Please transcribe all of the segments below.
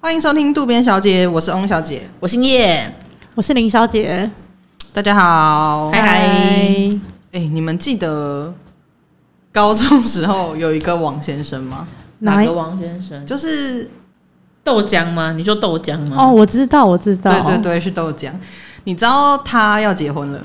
欢迎收听渡边小姐，我是翁小姐， 我姓叶， 我是林小姐。 大家好， 嗨嗨。 你们记得高中时候有一个王先生吗？ 哪个王先生？ 就是豆浆吗？你说豆浆吗？ 哦，我知道。对对对，是豆浆。你知道他要结婚了？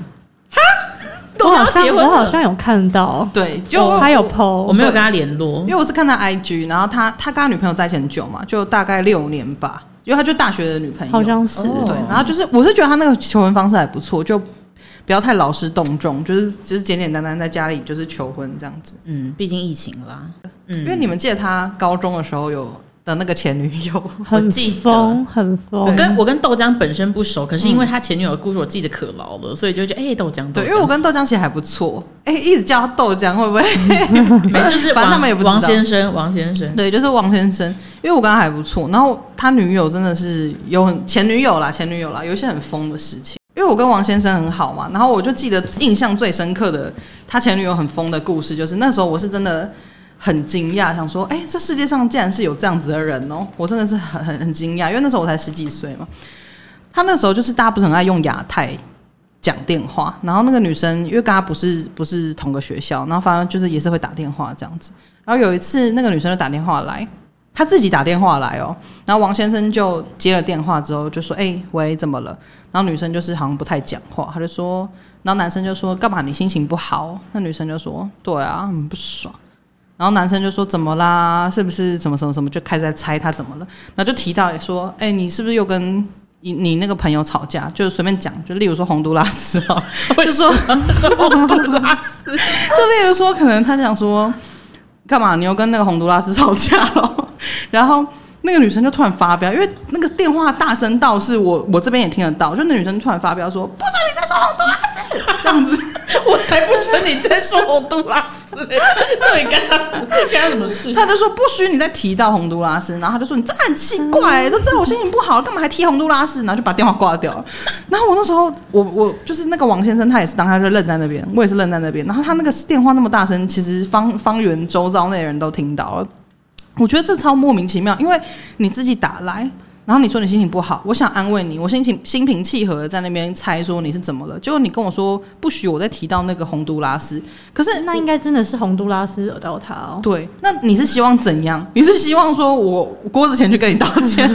我好像有看到， 对，就他有 po， 我没有跟他联络， 因为我是看他 IG， 然后他跟他女朋友在一起很久嘛，就大概6年吧，因为他就大学的女朋友， 好像是对。然后就是我是觉得他那个求婚方式还不错，就不要太劳师动众，就是简简单单在家里就是求婚这样子。 毕竟疫情啦。 因为你们记得他高中的时候有的那个前女友， 很疯，很疯。 我跟豆浆本身不熟，可是因为他前女友的故事我记得可牢了，所以就觉得豆浆。 对，因为我跟豆浆其实还不错，一直叫他豆浆会不会？ 没，就是反正他们也不知道。 王先生， 对，就是王先生。因为我跟他还不错，然后他女友真的是有前女友啦，有一些很疯的事情。因为我跟王先生很好嘛，然后我就记得印象最深刻的他前女友很疯的故事，就是那时候我是真的很惊讶，想说，这世界上竟然是有这样子的人哦！我真的是很惊讶，因为那时候我才10几岁嘛。他那时候就是大家不是很爱用亚太讲电话，然后那个女生因为跟他不是同个学校，然后反正就是也是会打电话这样子。然后有一次那个女生就打电话来，她自己打电话来哦，然后王先生就接了电话之后就说：“喂，怎么了？”然后女生就是好像不太讲话，他就说，然后男生就说：“干嘛？你心情不好？”那女生就说：“对啊，很不爽。”然后男生就说：“怎么啦？是不是什么什么什么？”就开始在猜他怎么了。然后就提到说：“你是不是又跟你那个朋友吵架？”就随便讲，就例如说洪都拉斯啊，就说洪都拉斯，就例如说可能他讲说：“干嘛？你又跟那个洪都拉斯吵架了？”然后那个女生就突然发飙，因为那个电话大声到是我这边也听得到，就那女生突然发飙说：“不准你再说洪都拉斯！”这样子。 我才不准你再说洪都拉斯嘞！到底干他什么事？ 他就说不许你再提到洪都拉斯，然后他就说你这很奇怪，都知道我心情不好，干嘛还提洪都拉斯？然后就把电话挂掉了。然后我那时候我就是那个王先生，他也是当他就愣在那边，我也是愣在那边。然后他那个电话那么大声，其实方圆周遭那人都听到了。我觉得这超莫名其妙，因为你自己打来。然后你说你心情不好，我想安慰你，我心平气和的在那边猜说你是怎么了，结果你跟我说不许我再提到那个洪都拉斯，可是那应该真的是洪都拉斯惹到他哦。 对，那你是希望怎样？你是希望说我郭子乾去跟你道歉？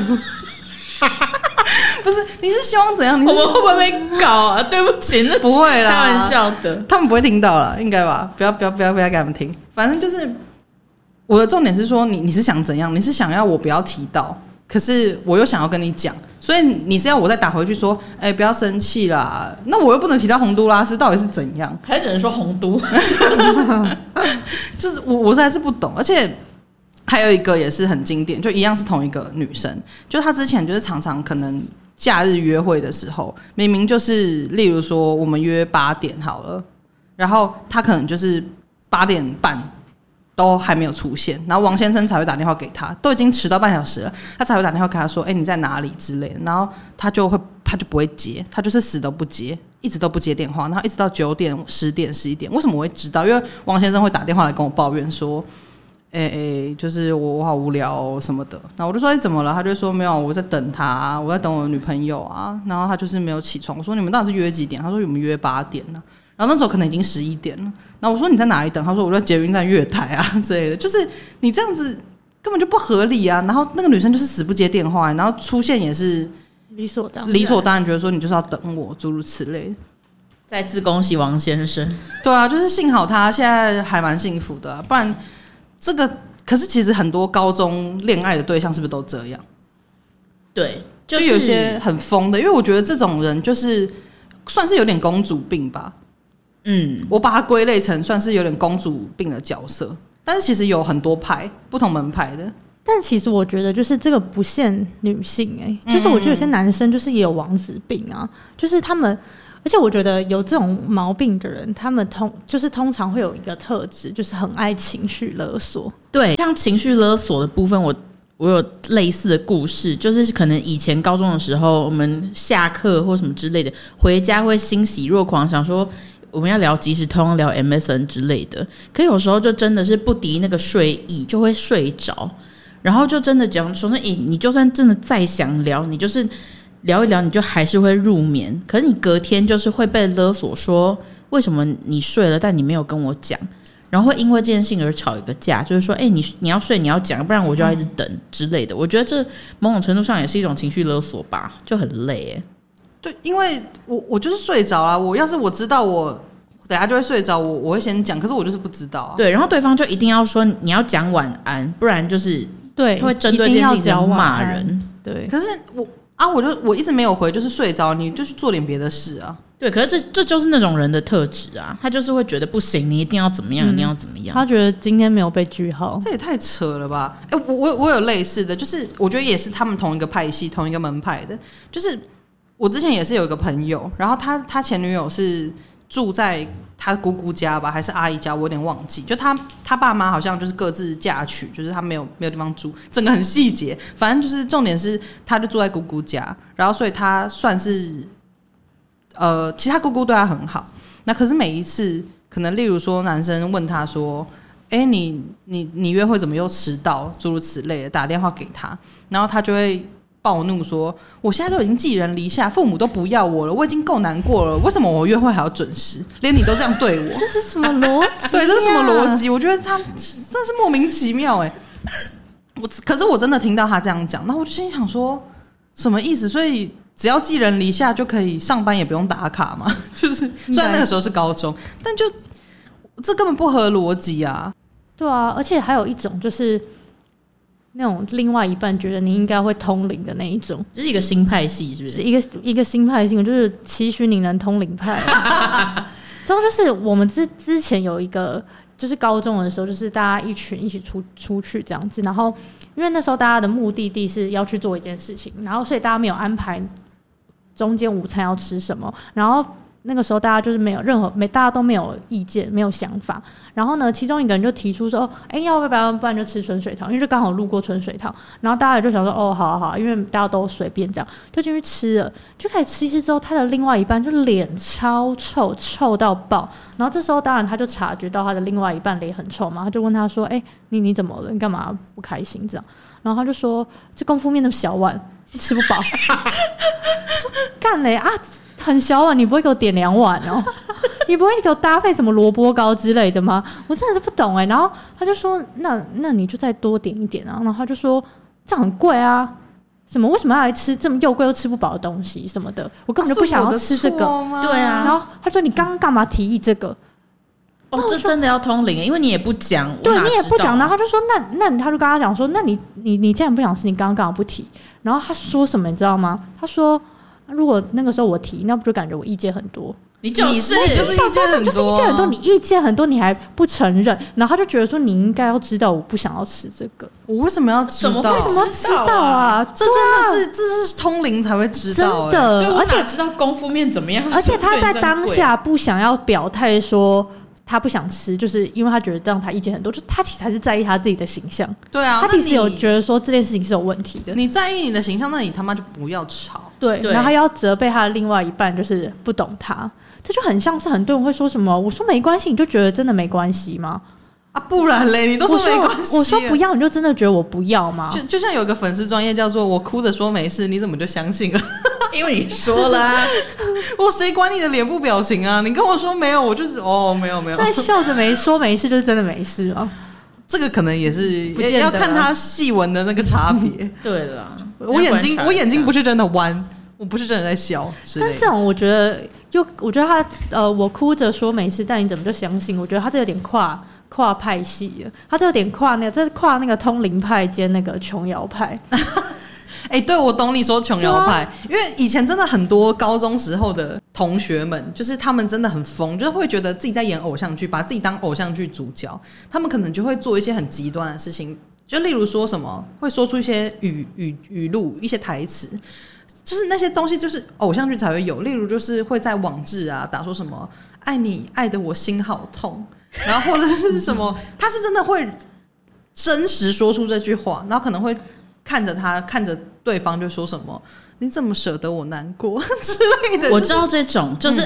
不是，你是希望怎样？我们会不会被搞啊？对不起，那不会啦， 开玩笑的， 他们不会听到啦，应该吧？不要给他们听。反正就是我的重点是说你是想怎样？你是想要我不要提到？可是我又想要跟你讲，所以你是要我再打回去说，不要生气啦。那我又不能提到洪都拉斯，到底是怎样？ 还只能说洪都， 就是我实在是不懂。而且还有一个也是很经典，就一样是同一个女生，就她之前就是常常可能假日约会的时候，明明就是例如说我们约8点好了，然后她可能就是8点半。都还没有出现，然后王先生才会打电话给他，都已经迟到半小时了，他才会打电话给他说：“你在哪里？”之类的。然后他就不会接，他就是死都不接，一直都不接电话，然后一直到9点、10点、11点。为什么我会知道？因为王先生会打电话来跟我抱怨说：“就是我好无聊哦什么的。”然后我就说：“怎么了？”他就说：“没有，我在等他，我在等我的女朋友啊。”然后他就是没有起床。我说：“你们到底是约几点？”他说：“我们约8点呢。”然后那时候可能已经11点了，然后我说你在哪里等？他说我在捷运站月台啊之类的，就是你这样子根本就不合理啊。然后那个女生就是死不接电话，然后出现也是理所当然，觉得说你就是要等我，诸如此类。 再次恭喜王先生。 对啊，就是幸好他现在还蛮幸福的不然这个可是其实很多高中恋爱的对象是不是都这样？ 对， 就有些很疯的，因为我觉得这种人就是算是有点公主病吧。我把它归类成算是有点公主病的角色，但是其实有很多派，不同门派的。 但其实我觉得，就是这个不限女性就是我觉得有些男生就是也有王子病啊，就是他们，而且我觉得有这种毛病的人，他们通常会有一个特质，就是很爱情绪勒索。 对，像情绪勒索的部分，我有类似的故事，就是可能以前高中的时候，我们下课或什么之类的，回家会欣喜若狂，想说。我们要聊即时通，聊 MSN 之类的，可有时候就真的是不敌那个睡意，就会睡着。 然后就真的讲说，你就算真的再想聊，你就是聊一聊，你就还是会入眠。可是你隔天就是会被勒索说，为什么你睡了，但你没有跟我讲？然后会因为这件事情而吵一个架，就是说，你要睡，你要讲，不然我就要一直等之类的。我觉得这某种程度上也是一种情绪勒索吧，就很累对，因为我就是睡着了，我要是我知道我等下就会睡着，我会先讲，可是我就是不知道啊。 对，然后对方就一定要说你要讲晚安，不然就是对会针对这件事情骂人。 对， 可是我一直没有回，就是睡着，你就去做点别的事啊。 对，可是这就是那种人的特质啊，他就是会觉得不行，你一定要怎么样，一定要怎么样。 他觉得今天没有被句号， 这也太扯了吧！我有类似的，就是我觉得也是他们同一个派系、同一个门派的。就是我之前也是有一个朋友，然后他前女友是住在他姑姑家吧，还是阿姨家，我有点忘记。就他爸妈好像就是各自嫁娶，就是他没有地方住，整个很细节。反正就是重点是，他就住在姑姑家，然后所以他算是其实他姑姑对他很好。那可是每一次，可能例如说男生问他说：“你约会怎么又迟到？”诸如此类的，打电话给他，然后他就会暴怒说：“我现在都已经寄人篱下，父母都不要我了，我已经够难过了，为什么我约会还要准时？连你都这样对我， 这是什么逻辑、啊？ 对，这是什么逻辑？我觉得他真的是莫名其妙可是我真的听到他这样讲，那我就心想说，什么意思？所以只要寄人篱下就可以上班，也不用打卡嘛？就是虽然那个时候是高中，但就这根本不合逻辑啊！ 对啊，而且还有一种就是那种另外一半觉得你应该会通灵的那一种， 这是一个新派系，是不是？ 是一个新派性，就是期许你能通灵派。之后就是我们之前有一个，就是高中的时候，就是大家一群一起出去这样子，然后因为那时候大家的目的地是要去做一件事情，然后所以大家没有安排中间午餐要吃什么，然后那个时候大家就是大家都没有意见，没有想法。然后呢，其中一个人就提出说：“要不然就吃春水堂，因为就刚好路过春水堂。”然后大家也就想说：“哦，好啊好啊，因为大家都随便这样，就进去吃了。就开始吃一吃之后，他的另外一半就脸超臭，臭到爆。然后这时候当然他就察觉到他的另外一半脸很臭嘛，他就问他说：“你怎么了？你干嘛不开心这样？”然后他就说：“这功夫面那么小碗，吃不饱。”说干嘞啊！很小碗，你不会给我点2碗哦？你不会给我搭配什么萝卜糕之类的吗？我真的是不懂然后他就说：“那你就再多点一点啊。”然后他就说：“这样很贵啊，为什么要来吃这么又贵又吃不饱的东西什么的？我根本就不想要吃这个。” 对啊。 然后他说：“你刚刚干嘛提议这个？” 这真的要通灵，因为你也不讲， 对你也不讲，然后他就说：“那他就跟他讲说，那你既然不想吃，你刚刚干嘛不提？”然后他说什么你知道吗？他说：“如果那个时候我提，那不就感觉我意见很多？ 你就是意见很多， 你意见很多，你还不承认，然后他就觉得说你应该要知道，我不想要吃这个， 我为什么要知道？ 为什么要知道啊？ 这真的是通灵才会知道， 真的， 而且知道功夫面怎么样， 而且他在当下不想要表态说。”他不想吃，就是因为他觉得这样他意见很多，就他其实还是在意他自己的形象。 对啊， 他其实有觉得说这件事情是有问题的。 你在意你的形象，那你他妈就不要吵。 对，然后他要责备他的另外一半，就是不懂他，这就很像是很多人会说什么，我说没关系，你就觉得真的没关系吗？ 啊，不然嘞，你都说没关系， 我说不要，你就真的觉得我不要吗？ 就像有个粉丝专页叫做“我哭着说没事”，你怎么就相信了？ 因为你说了啊， 我谁管你的脸部表情啊？你跟我说没有，我就是没有。 所以笑着说没事，就是真的没事吗？ 这个可能也是要看他细纹的那个差别。 对了， 我眼睛不是真的弯，我不是真的在笑。 但这种我觉得他我哭着说没事，但你怎么就相信？我觉得他这有点跨派系了，他这有点跨那个通灵派兼那个琼瑶派。 对，我懂你说琼瑶派，因为以前真的很多高中时候的同学们，就是他们真的很疯，就是会觉得自己在演偶像剧，把自己当偶像剧主角，他们可能就会做一些很极端的事情，就例如说什么会说出一些语录、一些台词，就是那些东西就是偶像剧才会有，例如就是会在网志啊打说什么“爱你爱得我心好痛”，然后或者是什么，他是真的会真实说出这句话，然后可能会看着对方就说什么“你怎么舍得我难过”之类的。 我知道这种就是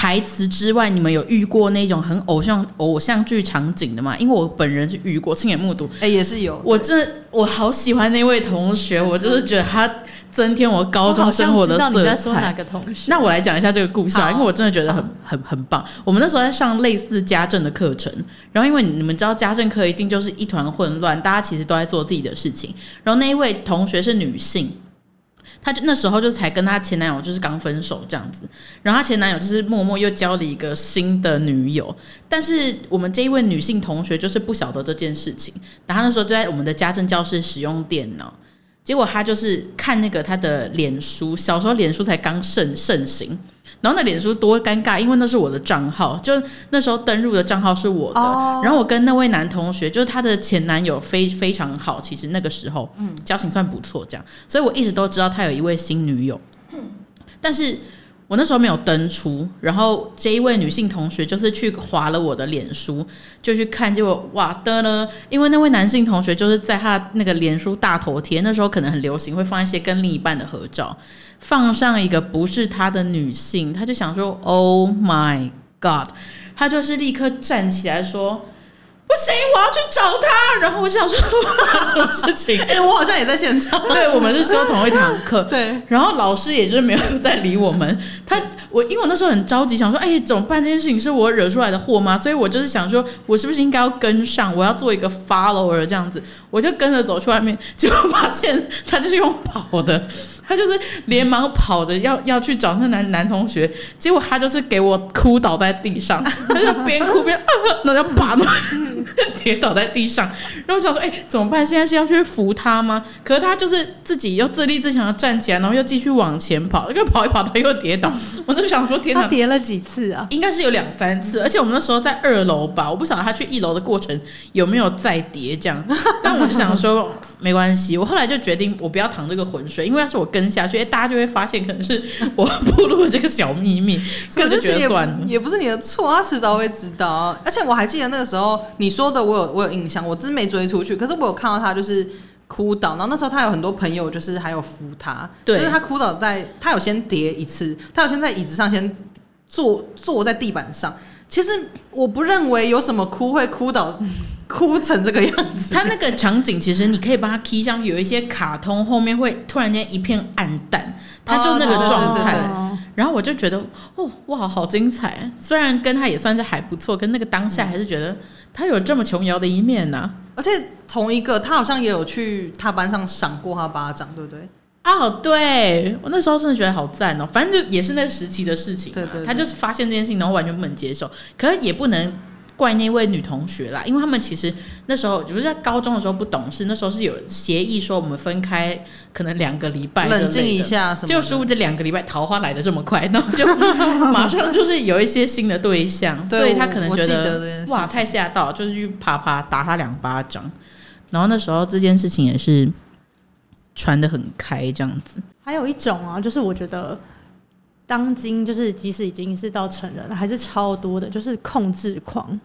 台词之外，你们有遇过那种很偶像剧场景的吗？因为我本人是遇过，亲眼目睹。 也是有。 我好喜欢那位同学，我就是觉得他增添我高中生活的色彩。 我好像知道你在说哪个同学？ 那我来讲一下这个故事啊，因为我真的觉得很棒。我们那时候在上类似家政的课程，然后因为你们知道家政课一定就是一团混乱，大家其实都在做自己的事情。然后那一位同学是女性。她就那时候就才跟她前男友就是刚分手这样子，然后她前男友就是默默又交了一个新的女友，但是我们这一位女性同学就是不晓得这件事情，然后她那时候就在我们的家政教室使用电脑，结果她就是看那个她的脸书，小时候脸书才刚盛行。然后那脸书多尴尬，因为那是我的账号，就那时候登入的账号是我的。然后我跟那位男同学，就是他的前男友非常好，其实那个时候交情算不错，这样，所以我一直都知道他有一位新女友。但是我那时候没有登出，然后这一位女性同学就是去滑了我的脸书，就去看，结果哇的呢，因为那位男性同学就是在他那个脸书大头贴，那时候可能很流行会放一些跟另一半的合照。放上一个不是他的女性，他就想说 Oh my God， 他就是立刻站起来说不行，我要去找他。然后我想说发生什么事情？ 我好像也在现场。 对，我们是修同一堂课。 对， 然后老师也就是没有再理我们。因为我那时候很着急，想说怎么办？这件事情是我惹出来的祸吗？所以我就是想说，我是不是应该要跟上？我要做一个 follower 这样子，我就跟着走去外面，结果发现他就是用跑的。他就是连忙跑着要去找那男同学，结果他就是给我哭倒在地上，他就边哭边然后要拔到跌倒在地上，然后我想说怎么办？现在是要去扶他吗？可是他就是自己又自立自强的站起来，然后又继续往前跑，又跑一跑他又跌倒，我就想说天哪， 他跌了几次啊？ 应该是有2-3次，而且我们那时候在2楼吧，我不晓得他去1楼的过程有没有再跌这样，但我就想说没关系，我后来就决定我不要淌这个浑水，因为要是我跟下去，大家就会发现可能是我暴露了这个小秘密， 可是也不是你的错，他迟早会知道。而且我还记得那个时候你说的，我有印象，我只是没追出去，可是我有看到他就是哭倒，然后那时候他有很多朋友就是还有扶他，对，就是他哭倒他有先跌一次，他有先在椅子上先坐在地板上。其实我不认为有什么哭会哭倒哭成这个样子。 他那个场景其实你可以把它 key 上，有一些卡通后面会突然间一片暗淡，他就那个状态。然后我就觉得哇好精彩，虽然跟他也算是还不错，跟那个当下还是觉得他有这么琼瑶的一面啊。 而且同一个他好像也有去他班上赏过他巴掌，对不对？ 对，我那时候真的觉得好赞哦。反正就也是那时期的事情嘛，对，他就是发现这件事情，然后完全不能接受，可是也不能怪那位女同学啦，因为他们其实那时候就是在高中的时候不懂事，那时候是有协议说我们分开可能2个礼拜冷静一下什么的， 就殊不知2个礼拜桃花来得这么快，然后就马上就是有一些新的对象，所以他可能觉得哇太吓到，就是去啪打他2巴掌，然后那时候这件事情也是传得很开这样子。 还有一种啊，就是我觉得当今就是即使已经是到成人了，还是超多的，就是控制狂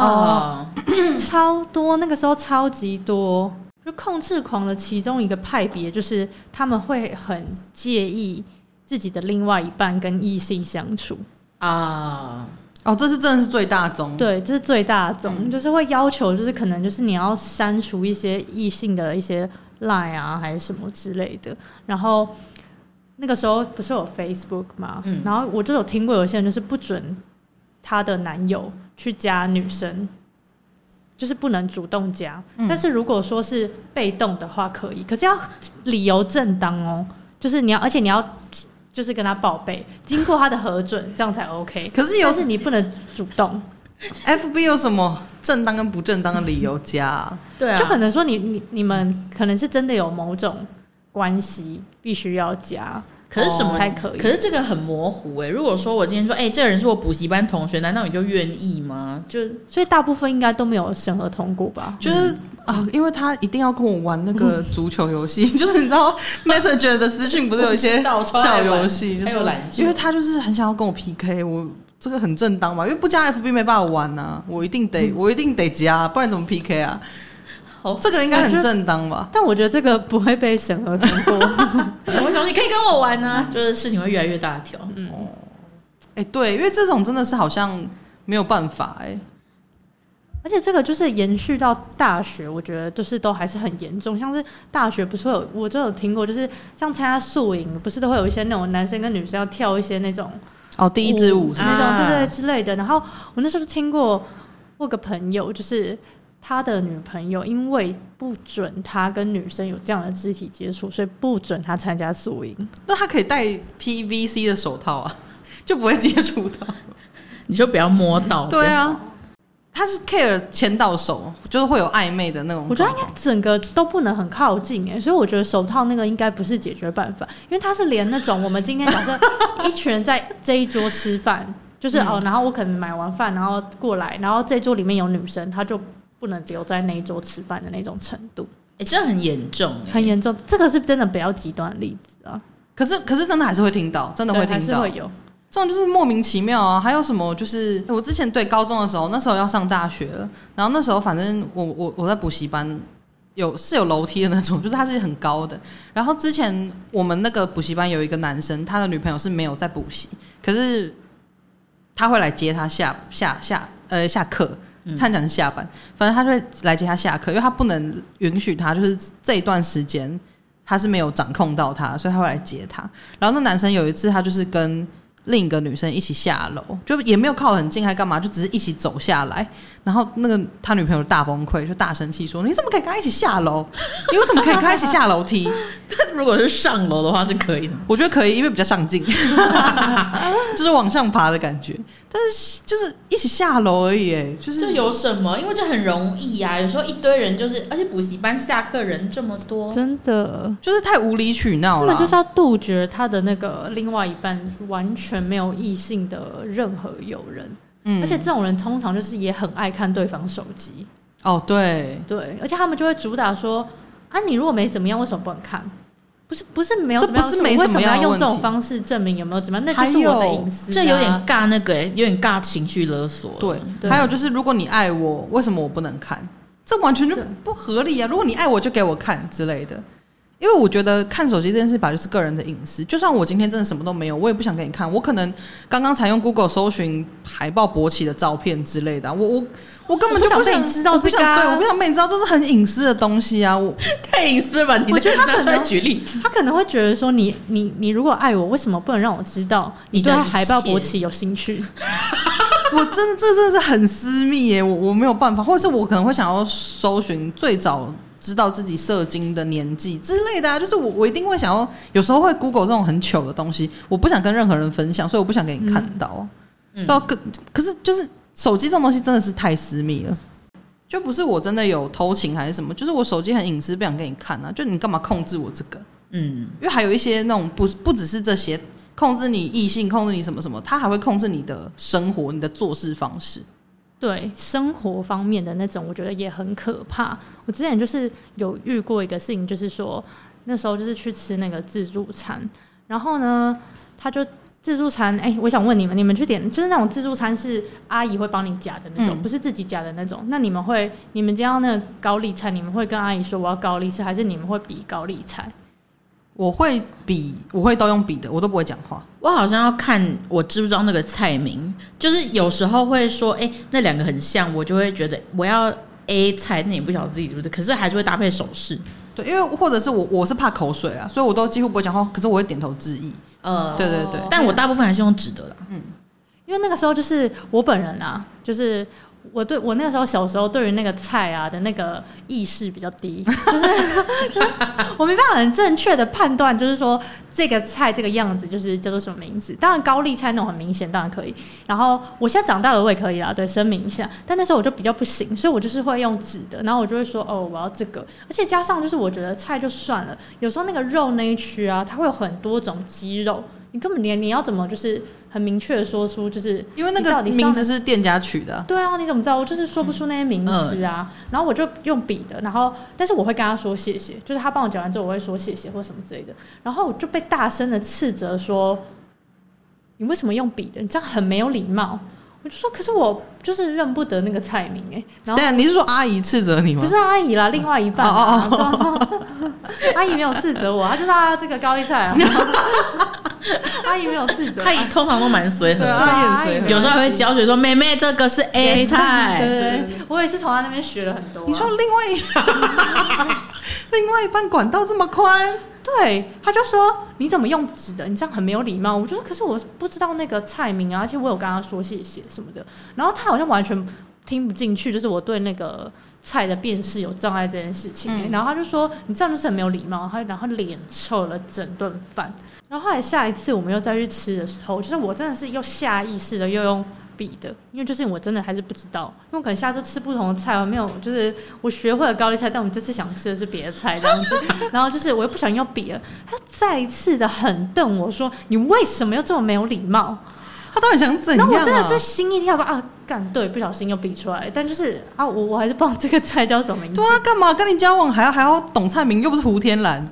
超多，那个时候超级多。就控制狂的其中一个派别，就是他们会很介意自己的另外一半跟异性相处这是真的是最大宗。 对，这是最大宗，就是会要求，就是可能就是你要删除一些异性的一些 line 啊，还是什么之类的。然后那个时候不是有 Facebook 吗？然后我就有听过有些人就是不准他的男友去加女生，就是不能主动加。但是如果说是被动的话可以，可是要理由正当哦，就是你要，而且你要。就是跟他报备，经过他的核准，这样才 OK。但是你不能主动。 FB 有什么正当跟不正当的理由加对啊， 就可能说你们可能是真的有某种关系，必须要加。 可是什么才可以？ 可是这个很模糊如果说我今天说，这个人是我补习班同学，难道你就愿意吗？ 所以大部分应该都没有审核通过吧？ 就是因为他一定要跟我玩那个足球游戏，就是你知道 Messenger 的私讯不是有一些小游戏， 还有篮球， 因为他就是很想要跟我 PK， 我这个很正当嘛，因为不加 FB 没办法玩啊，我一定得加，不然怎么 PK 啊？这个应该很正当吧？ 但我觉得这个不会被审核通过。 我想你可以跟我玩啊，就是事情会越来越大条。 对，因为这种真的是好像没有办法而且这个就是延续到大学，我觉得就是都还是很严重。像是大学不是会有，我就有听过，就是像参加宿营，不是都会有一些那种男生跟女生要跳一些那种第一支舞那种对之类的。然后我那时候就听过，我有个朋友就是他的女朋友因为不准他跟女生有这样的肢体接触，所以不准他参加宿营。 那他可以戴 PVC 的手套啊，就不会接触到。 你就不要摸到。 对啊。他是 care 牵到手，就是会有暧昧的那种。 我觉得应该整个都不能很靠近所以我觉得手套那个应该不是解决办法，因为他是连那种我们今天假设一群人在这一桌吃饭，就是然后我可能买完饭然后过来，然后这桌里面有女生，他就不能留在那一桌吃饭的那种程度。 这很严重很严重，这个是真的比较极端的例子啊。 可是真的还是会听到，真的会听到， 还是会有。 这种就是莫名其妙啊！还有什么？就是我之前高中的时候，那时候要上大学了，然后那时候反正我在补习班是有楼梯的那种，就是它是很高的。然后之前我们那个补习班有一个男生，他的女朋友是没有在补习，可是他会来接他下课，差点讲是下班，反正他就会来接他下课，因为他不能允许他就是这一段时间他是没有掌控到他，所以他会来接他。然后那男生有一次他就是跟另一个女生一起下楼，就也没有靠很近还干嘛，就只是一起走下来。然后那个他女朋友大崩溃，就大生气说：“你怎么可以跟他一起下楼？你为什么可以跟他一起下楼梯？” 如果是上楼的话是可以的， 我觉得可以，因为比较上进，就是往上爬的感觉。但是就是一起下楼而已，就是这有什么？因为这很容易啊。有时候一堆人就是，而且补习班下课人这么多， 真的就是太无理取闹了。 他们就是要杜绝他的那个另外一半完全没有异性的任何友人。而且这种人通常就是也很爱看对方手机。 对， 而且他们就会主打说啊，你如果没怎么样，为什么不能看？不是没有怎么样， 这不是没怎么样的问题， 为什么要用这种方式证明有没有怎么样？那就是我的隐私。 这有点尬那个有点尬情绪勒索。 对，还有就是如果你爱我，为什么我不能看？这完全就不合理啊！如果你爱我，就给我看之类的。因为我觉得看手机这件事本来就是个人的隐私，就算我今天真的什么都没有，我也不想给你看。我可能刚刚才用 Google 搜寻海豹勃起的照片之类的，我根本就不想知道这个我不想被你知道，这是很隐私的东西啊！ 太隐私了吧？ 我觉得他可能举例， 他可能会觉得说你如果爱我，为什么不能让我知道你对海豹勃起有兴趣？ 这真的是很私密耶，我没有办法，或者是我可能会想要搜寻最早知道自己射精的年纪之类的啊，就是我一定会想要，有时候会 Google 这种很糗的东西，我不想跟任何人分享，所以我不想给你看到。可是就是手机这种东西真的是太私密了，就不是我真的有偷情还是什么，就是我手机很隐私，不想给你看啊，就你干嘛控制我这个？因为还有一些那种不只是这些。控制你异性，控制你什么什么，他还会控制你的生活，你的做事方式。 对生活方面的那种，我觉得也很可怕。我之前就是有遇过一个事情，就是说那时候就是去吃那个自助餐，然后呢，他就自助餐，我想问你们去点，就是那种自助餐是阿姨会帮你夹的那种，不是自己夹的那种。那你们今天要那个高丽菜，你们会跟阿姨说我要高丽菜，还是你们会比高丽菜？ 我会都用比的，我都不会讲话。 我好像要看我知不知道那个菜名，就是有时候会说，那两个很像，我就会觉得我要 A 菜，那也不晓得自己对不对，可是还是会搭配手势。 对，因为或者是我是怕口水啊，所以我都几乎不会讲话，可是我会点头致意。对， 但我大部分还是用纸的啦。 因为那个时候就是我本人啊，就是我那个时候小时候对于那个菜啊的那个意识比较低，就是我没办法很正确的判断，就是说这个菜这个样子就是叫做什么名字。当然高丽菜那种很明显，当然可以。然后我现在长大了我也可以啦，对，声明一下。但那时候我就比较不行，所以我就是会用纸的，然后我就会说我要这个。而且加上就是我觉得菜就算了，有时候那个肉那一区啊，它会有很多种鸡肉。你根本你要怎么就是很明确的说出，就是因为那个名字是店家取的。 对啊，你怎么知道？我就是说不出那些名词啊。然后我就用笔的，然后但是我会跟他说谢谢，就是他帮我讲完之后，我会说谢谢或什么之类的。然后我就被大声的斥责说：“你为什么用笔的？你这样很没有礼貌。” 我就说，可是我就是认不得那个菜名然后对啊，你是说阿姨斥责你吗？ 不是阿姨啦，另外一半阿姨没有斥责我，她就说这个高丽菜阿姨没有斥责， 阿姨通常都蛮随和的， 阿姨很随和， 有时候还会教学说妹妹这个是 A 菜， 对，我也是从她那边学了很多。 你说另外一半管道这么宽？ 对，他就说你怎么用纸的？你这样很没有礼貌。我就说，可是我不知道那个菜名啊，而且我有跟他说谢谢什么的。然后他好像完全听不进去，就是我对那个菜的辨识有障碍这件事情。然后他就说你这样就是很没有礼貌，然后脸臭了整顿饭。然后后来下一次我们又再去吃的时候，就是我真的是又下意识的又用笔的，因为就是我真的还是不知道，因为我可能下次吃不同的菜，我没有就是我学会了高丽菜，但我这次想吃的是别的菜这样子，然后就是我又不小心用笔了，他再一次的狠瞪我说：“你为什么要这么没有礼貌？” 他到底想怎样？ 然后我真的是心一跳说啊，干对，不小心又比出来，但就是啊，我还是不知道这个菜叫什么名字。 对啊，干嘛跟你交往还要懂菜名，又不是胡天蓝，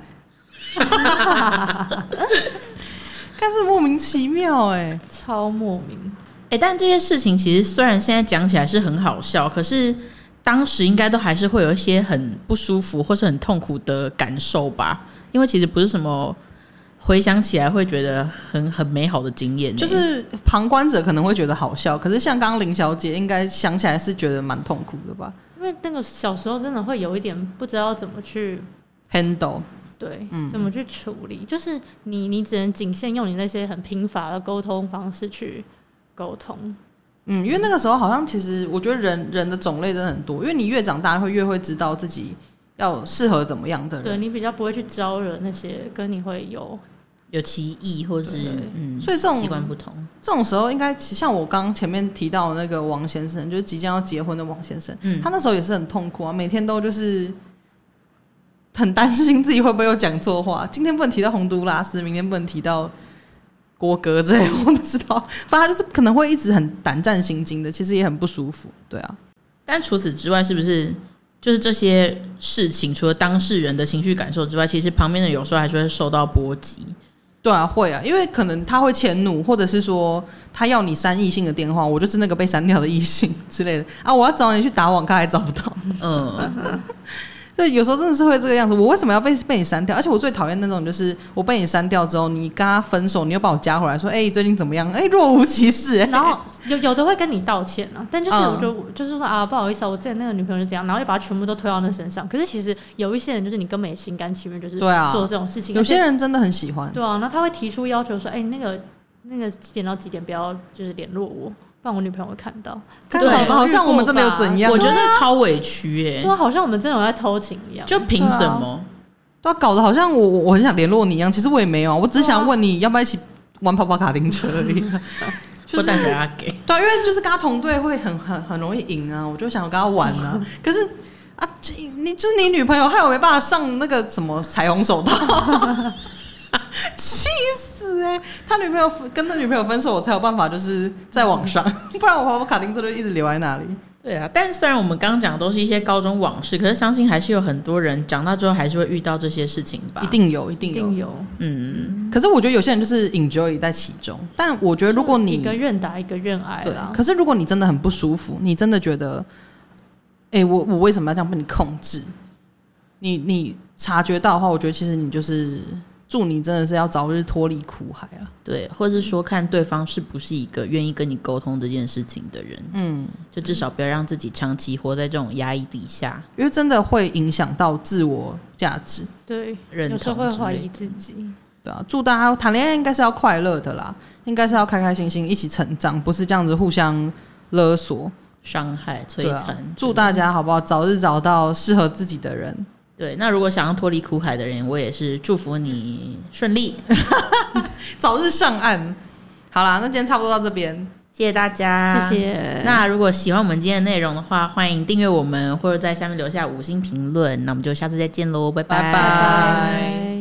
但是莫名其妙超莫名。 但这些事情其实虽然现在讲起来是很好笑，可是当时应该都还是会有一些很不舒服或是很痛苦的感受吧，因为其实不是什么回想起来会觉得很美好的经验， 就是旁观者可能会觉得好笑，可是像刚刚林小姐应该想起来是觉得蛮痛苦的吧， 因为那个小时候真的会有一点不知道怎么去 handle， 对，怎么去处理，就是你只能仅限用你那些很贫乏的沟通方式去沟通。 因为那个时候好像其实我觉得人的种类真的很多，因为你越长大会越会知道自己要适合怎么样的人， 对，你比较不会去招惹那些跟你会有歧义或是所以这种习惯不同， 这种时候应该像我刚刚前面提到的那个王先生，就是即将要结婚的王先生，他那时候也是很痛苦啊，每天都就是很担心自己会不会又讲错话，今天不能提到洪都拉斯，明天不能提到国歌之类，我不知道，反正他就是可能会一直很胆战心惊的，其实也很不舒服，对啊。 但除此之外，是不是就是这些事情，除了当事人的情绪感受之外，其实旁边的有时候还是会受到波及？ 对啊，会啊，因为可能他会迁怒，或者是说他要你删异性的电话，我就是那个被删掉的异性之类的啊，我要找你去打网咖还找不到，对，有时候真的是会这个样子。我为什么要被你删掉？而且我最讨厌那种，就是我被你删掉之后，你跟他分手，你又把我加回来，说：“最近怎么样？”若无其事。 然后有的会跟你道歉啊，但就是我就是说啊，不好意思啊，我之前那个女朋友就这样，然后就把它全部都推到那身上。可是其实有一些人就是你根本也心甘情愿，就是做这种事情。 有些人真的很喜欢。 对啊，然后他会提出要求说：“那个几点到几点不要就是联络我。”不然我女朋友会看到， 对，好像我们真的有怎样？ 我觉得超委屈对啊，好像我们真的有在偷情一样。 就凭什么？ 对啊，搞得好像我很想联络你一样，其实我也没有啊，我只想问你要不要一起玩跑跑卡丁车而已。 我带给他给。 对啊，因为就是跟他同队会很容易赢啊，我就想跟他玩啊。可是啊，就是你女朋友，害我没办法上那个什么彩虹手套。气死他女朋友跟他女朋友分手，我才有办法就是在网上，不然我跑跑卡丁车就一直留在那里。 对啊，但虽然我们刚刚讲的都是一些高中往事，可是相信还是有很多人长大之后还是会遇到这些事情吧？ 一定有。可是我觉得有些人就是 enjoy 在其中，但我觉得如果你一个愿打一个愿挨啦， 可是如果你真的很不舒服，你真的觉得，我为什么要这样被你控制？你察觉到的话，我觉得其实你就是祝你真的是要早日脱离苦海啊！ 对，或是说看对方是不是一个愿意跟你沟通这件事情的人，就至少不要让自己长期活在这种压抑底下， 因为真的会影响到自我价值， 对， 认同有时候会怀疑自己。 对啊，祝大家谈恋爱应该是要快乐的啦，应该是要开开心心一起成长，不是这样子互相勒索、 伤害、摧残。 祝大家好不好？早日找到适合自己的人。 对，那如果想要脱离苦海的人，我也是祝福你顺利， 早日上岸。好啦，那今天差不多到这边， 谢谢大家， 谢谢。 那如果喜欢我们今天的内容的话，欢迎订阅我们，或者在下面留下5星评论。那我们就下次再见喽，拜拜。 拜拜。